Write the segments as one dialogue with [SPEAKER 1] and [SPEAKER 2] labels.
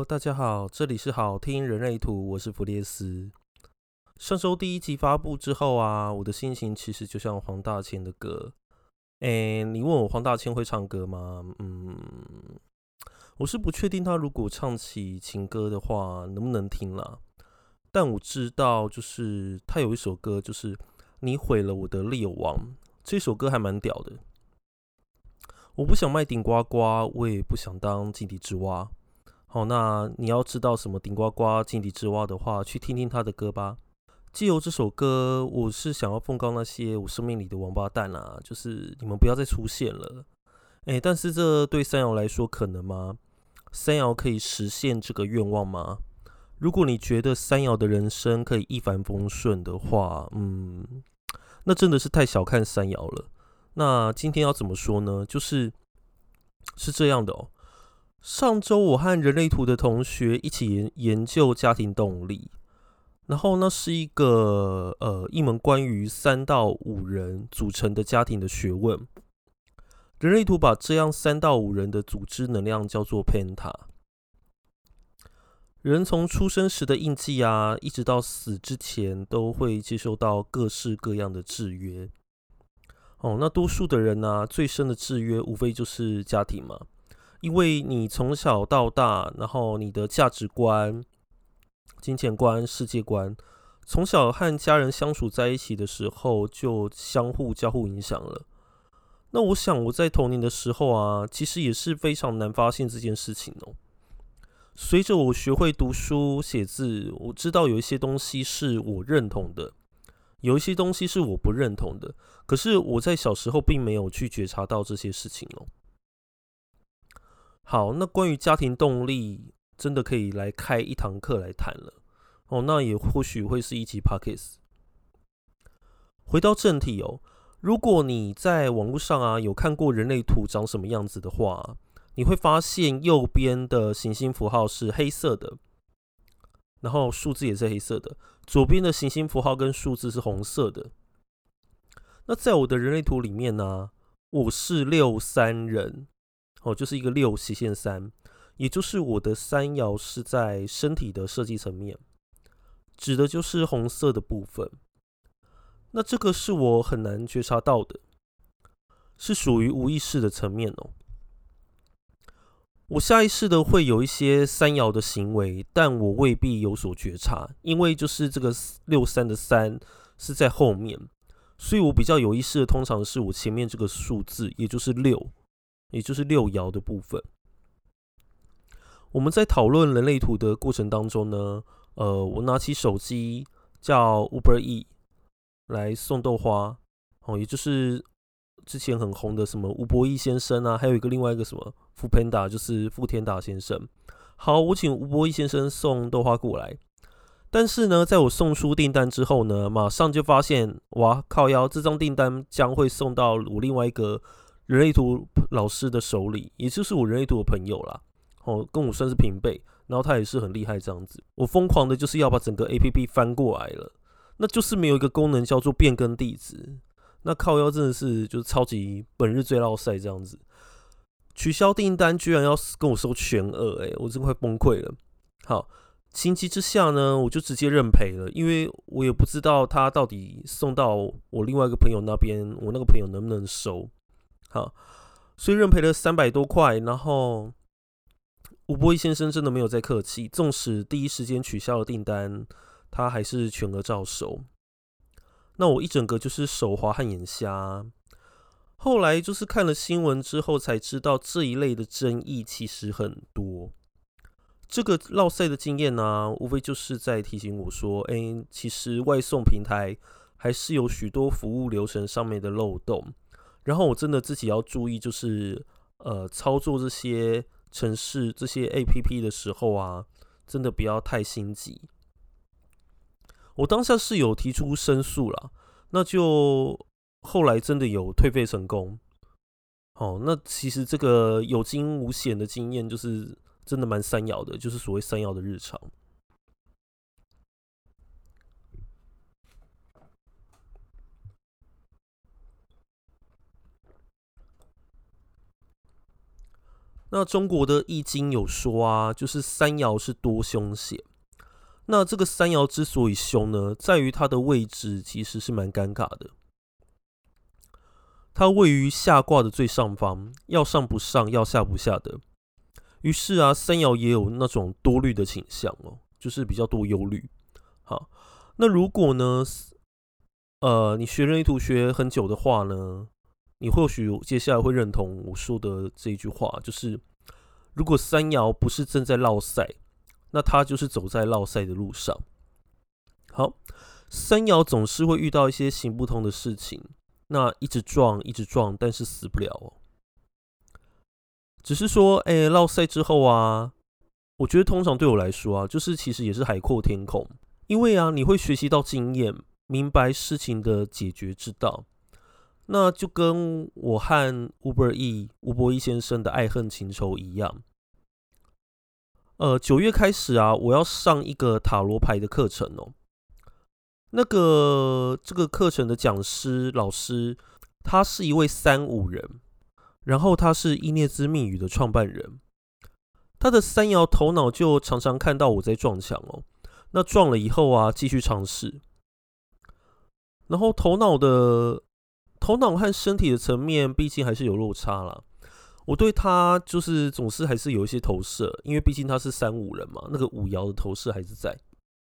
[SPEAKER 1] 大家好，这里是好听人类图，我是弗列斯。上周第一集发布之后啊，我的心情其实就像黄大千的歌。你问我黄大千会唱歌吗？我是不确定他如果唱起情歌的话能不能听啦。但我知道，就是他有一首歌，就是你毁了我的猎王，这首歌还蛮屌的。我不想卖顶呱呱，我也不想当井底之蛙。好，那你要知道什么顶呱呱、井底之蛙的话，去听听他的歌吧。借由这首歌，我是想要奉告那些我生命里的王八蛋啊，就是你们不要再出现了。但是这对三爻来说可能吗？三爻可以实现这个愿望吗？如果你觉得三爻的人生可以一帆风顺的话，那真的是太小看三爻了。那今天要怎么说呢？是这样的哦。上周我和人类图的同学一起研究家庭动力，然后那是一门关于3到5人组成的家庭的学问。人类图把这样3到5人的组织能量叫做 Penta。人从出生时的印记啊，一直到死之前，都会接受到各式各样的制约。那多数的人啊，最深的制约无非就是家庭嘛。因为你从小到大，然后你的价值观、金钱观、世界观，从小和家人相处在一起的时候，就相互交互影响了。那我想我在童年的时候啊，其实也是非常难发现这件事情哦。随着我学会读书写字，我知道有一些东西是我认同的，有一些东西是我不认同的。可是我在小时候并没有去觉察到这些事情哦。好，那关于家庭动力，真的可以来开一堂课来谈了。那也或许会是一集 podcast。回到正题哦，如果你在网络上啊有看过人类图长什么样子的话，你会发现右边的行星符号是黑色的，然后数字也是黑色的，左边的行星符号跟数字是红色的。那在我的人类图里面呢，我是6-3人，就是一个6斜线3，也就是我的三爻是在身体的设计层面，指的就是红色的部分。那这个是我很难觉察到的，是属于无意识的层面哦。我下意识的会有一些三爻的行为，但我未必有所觉察，因为就是这个6-3的3是在后面，所以我比较有意识的通常是我前面这个数字，也就是6，也就是6爻的部分。我们在讨论人类图的过程当中呢，我拿起手机叫 Uber E 来送豆花，也就是之前很红的什么吴伯义先生啊，还有另外一个什么富 Panda，就是富天达先生。好，我请吴伯义先生送豆花过来。但是呢，在我送出订单之后呢，马上就发现，哇靠腰，这张订单将会送到我另外一个人类图老师的手里，也就是我人类图的朋友啦。跟我算是平辈，然后他也是很厉害这样子。我疯狂的就是要把整个 APP 翻过来了，那就是没有一个功能叫做变更地址。那靠腰真的是就是超级本日最落赛这样子，取消订单居然要跟我收全额，我真快崩溃了。好，情急之下呢，我就直接认赔了，因为我也不知道他到底送到我另外一个朋友那边，我那个朋友能不能收。好，所以认赔了300多块，然后吴波义先生真的没有再客气，纵使第一时间取消了订单，他还是全额照收。那我一整个就是手滑和眼瞎。后来就是看了新闻之后才知道，这一类的争议其实很多。这个落赛的经验呢，无非就是在提醒我说，其实外送平台还是有许多服务流程上面的漏洞。然后我真的自己要注意，就是操作这些城市这些 APP 的时候啊，真的不要太心急。我当下是有提出申诉啦，那就后来真的有退费成功。好，那其实这个有惊无险的经验，就是真的蛮三爻的，就是所谓三爻的日常。 那中国的易经有说啊，就是三爻是多凶险。那这个三爻之所以凶呢，在于它的位置其实是蛮尴尬的。它位于下卦的最上方，要上不上，要下不下的。于是啊，三爻也有那种多虑的倾向哦，就是比较多忧虑。好，那如果呢，你学人类图学很久的话呢，你或许接下来会认同我说的这一句话，就是如果三爻不是正在落赛，那他就是走在落赛的路上。好，三爻总是会遇到一些行不通的事情，那一直撞，一直撞，但是死不了哦。只是说，落赛之后啊，我觉得通常对我来说啊，就是其实也是海阔天空，因为啊，你会学习到经验，明白事情的解决之道。那就跟我和吴伯义先生的爱恨情仇一样。9月开始啊，我要上一个塔罗牌的课程哦。这个课程的讲师老师，他是一位35人，然后他是伊涅兹密语的创办人。他的三爻头脑就常常看到我在撞墙哦。那撞了以后啊，继续尝试。然后头脑和身体的层面，毕竟还是有落差啦。我对他就是总是还是有一些投射，因为毕竟他是35人嘛，那个五爻的投射还是在。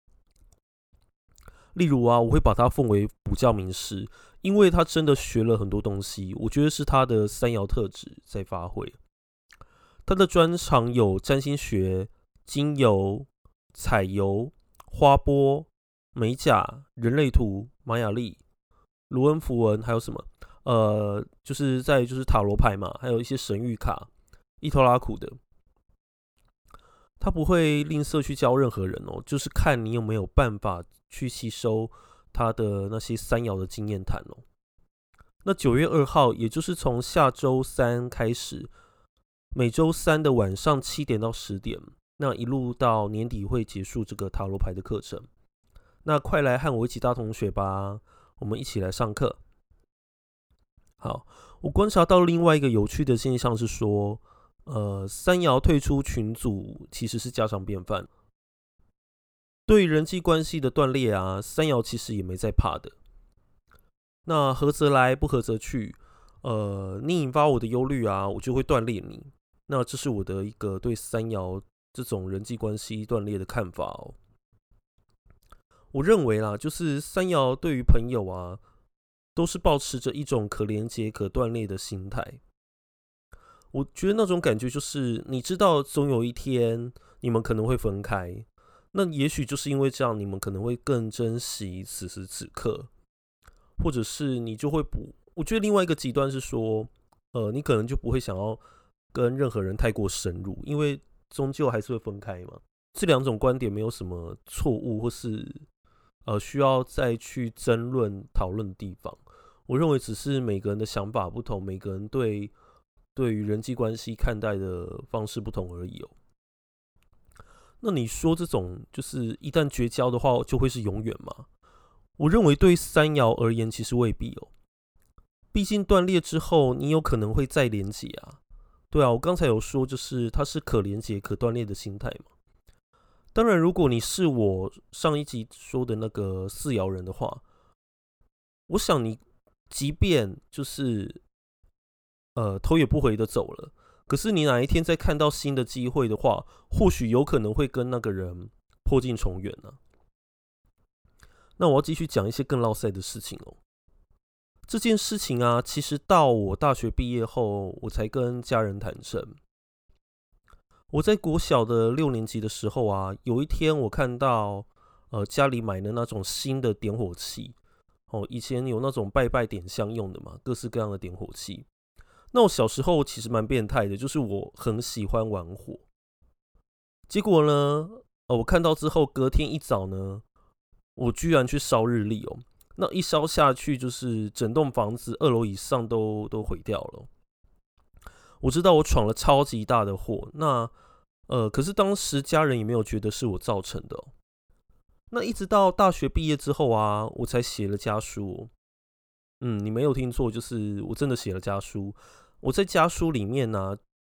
[SPEAKER 1] 例如啊，我会把他奉为补教名师，因为他真的学了很多东西，我觉得是他的三爻特质在发挥。他的专长有占星学、精油、彩油、花波、美甲、人类图、玛雅历、卢恩符文，还有什么？就是塔罗牌嘛，还有一些神谕卡、伊托拉库的。他不会吝啬去教任何人哦，就是看你有没有办法去吸收他的那些三爻的经验谈哦。那9月2号，也就是从下周三开始，每周三的晚上7点到10点，那一路到年底会结束这个塔罗牌的课程。那快来和我一起当同学吧，我们一起来上课。好，我观察到另外一个有趣的现象是说，三爻退出群组其实是家常便饭。对人际关系的断裂啊，三爻其实也没在怕的。那合则来，不合则去。你引发我的忧虑啊，我就会断裂你。那这是我的一个对三爻这种人际关系断裂的看法哦。我认为啦，就是三爻对于朋友啊，都是保持着一种可连接、可断裂的心态。我觉得那种感觉就是，你知道总有一天你们可能会分开，那也许就是因为这样，你们可能会更珍惜此时此刻，或者是你就会不。我觉得另外一个极端是说，你可能就不会想要跟任何人太过深入，因为终究还是会分开嘛。这两种观点没有什么错误，或是需要再去争论讨论的地方。我认为只是每个人的想法不同，每个人对于人际关系看待的方式不同而已哦。那你说这种就是一旦绝交的话，就会是永远吗？我认为对三爻而言，其实未必哦。毕竟断裂之后，你有可能会再连结啊。对啊，我刚才有说，就是它是可连结、可断裂的心态嘛。当然，如果你是我上一集说的那个四爻人的话，我想你即便就是头也不回的走了，可是你哪一天再看到新的机会的话，或许有可能会跟那个人破镜重圆呢。那我要继续讲一些更落赛的事情哦。这件事情啊，其实到我大学毕业后，我才跟家人坦诚。我在国小的6年级的时候啊，有一天我看到家里买的那种新的点火器哦，以前有那种拜拜点香用的嘛，各式各样的点火器。那我小时候其实蛮变态的，就是我很喜欢玩火。结果呢，我看到之后，隔天一早呢，我居然去烧日历哦。那一烧下去，就是整栋房子2楼以上都毁掉了。我知道我闯了超级大的祸，那可是当时家人也没有觉得是我造成的哦。那一直到大学毕业之后啊，我才写了家书哦。你没有听错，就是我真的写了家书。我在家书里面呢，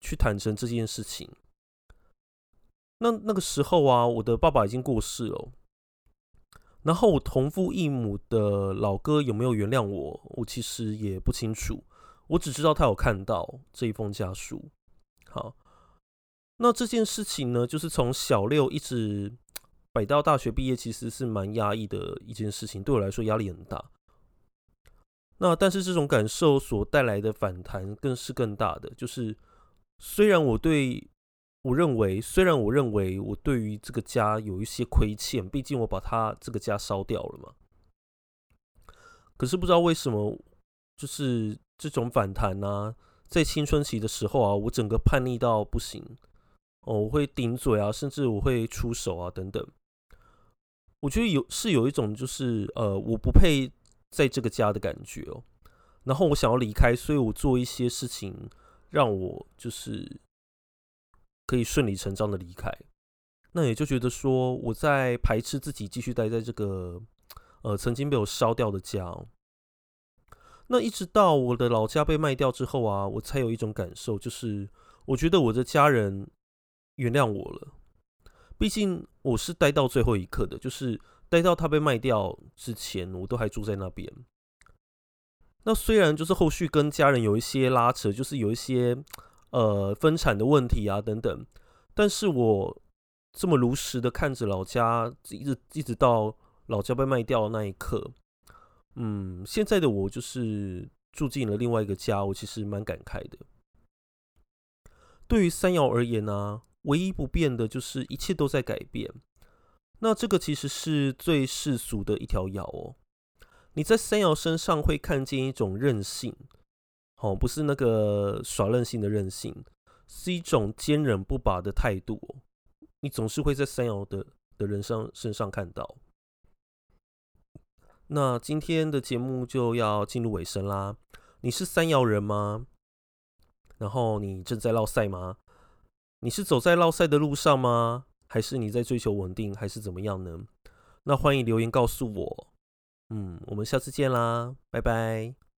[SPEAKER 1] 去坦诚这件事情。那个时候啊，我的爸爸已经过世了，然后我同父异母的老哥有没有原谅我，我其实也不清楚，我只知道他有看到这一封家书。好，那这件事情呢，就是从小六一直摆到大学毕业，其实是蛮压抑的一件事情，对我来说压力很大。那但是这种感受所带来的反弹更是更大的，就是虽然我对虽然我认为我对于这个家有一些亏欠，毕竟我把它这个家烧掉了嘛。可是不知道为什么，就是这种反弹啊，在青春期的时候啊，我整个叛逆到不行哦，我会顶嘴啊，甚至我会出手啊，等等。我觉得有一种就是我不配在这个家的感觉哦。然后我想要离开，所以我做一些事情让我就是可以顺理成章的离开。那也就觉得说我在排斥自己继续待在这个曾经被我烧掉的家哦。那一直到我的老家被卖掉之后啊，我才有一种感受，就是我觉得我的家人原谅我了。毕竟我是待到最后一刻的，就是待到他被卖掉之前，我都还住在那边。那虽然就是后续跟家人有一些拉扯，就是有一些分产的问题啊等等，但是我这么如实的看着老家，一直到老家被卖掉的那一刻，现在的我就是住进了另外一个家，我其实蛮感慨的。对于三爻而言呢，唯一不变的就是一切都在改变。那这个其实是最世俗的一条爻哦。你在三爻身上会看见一种韧性，不是那个耍任性的任性，是一种坚韧不拔的态度哦。你总是会在三爻的人身上看到。那今天的节目就要进入尾声啦。你是三爻人吗？然后你正在落赛吗？你是走在落赛的路上吗？还是你在追求稳定，还是怎么样呢？那欢迎留言告诉我。我们下次见啦，拜拜。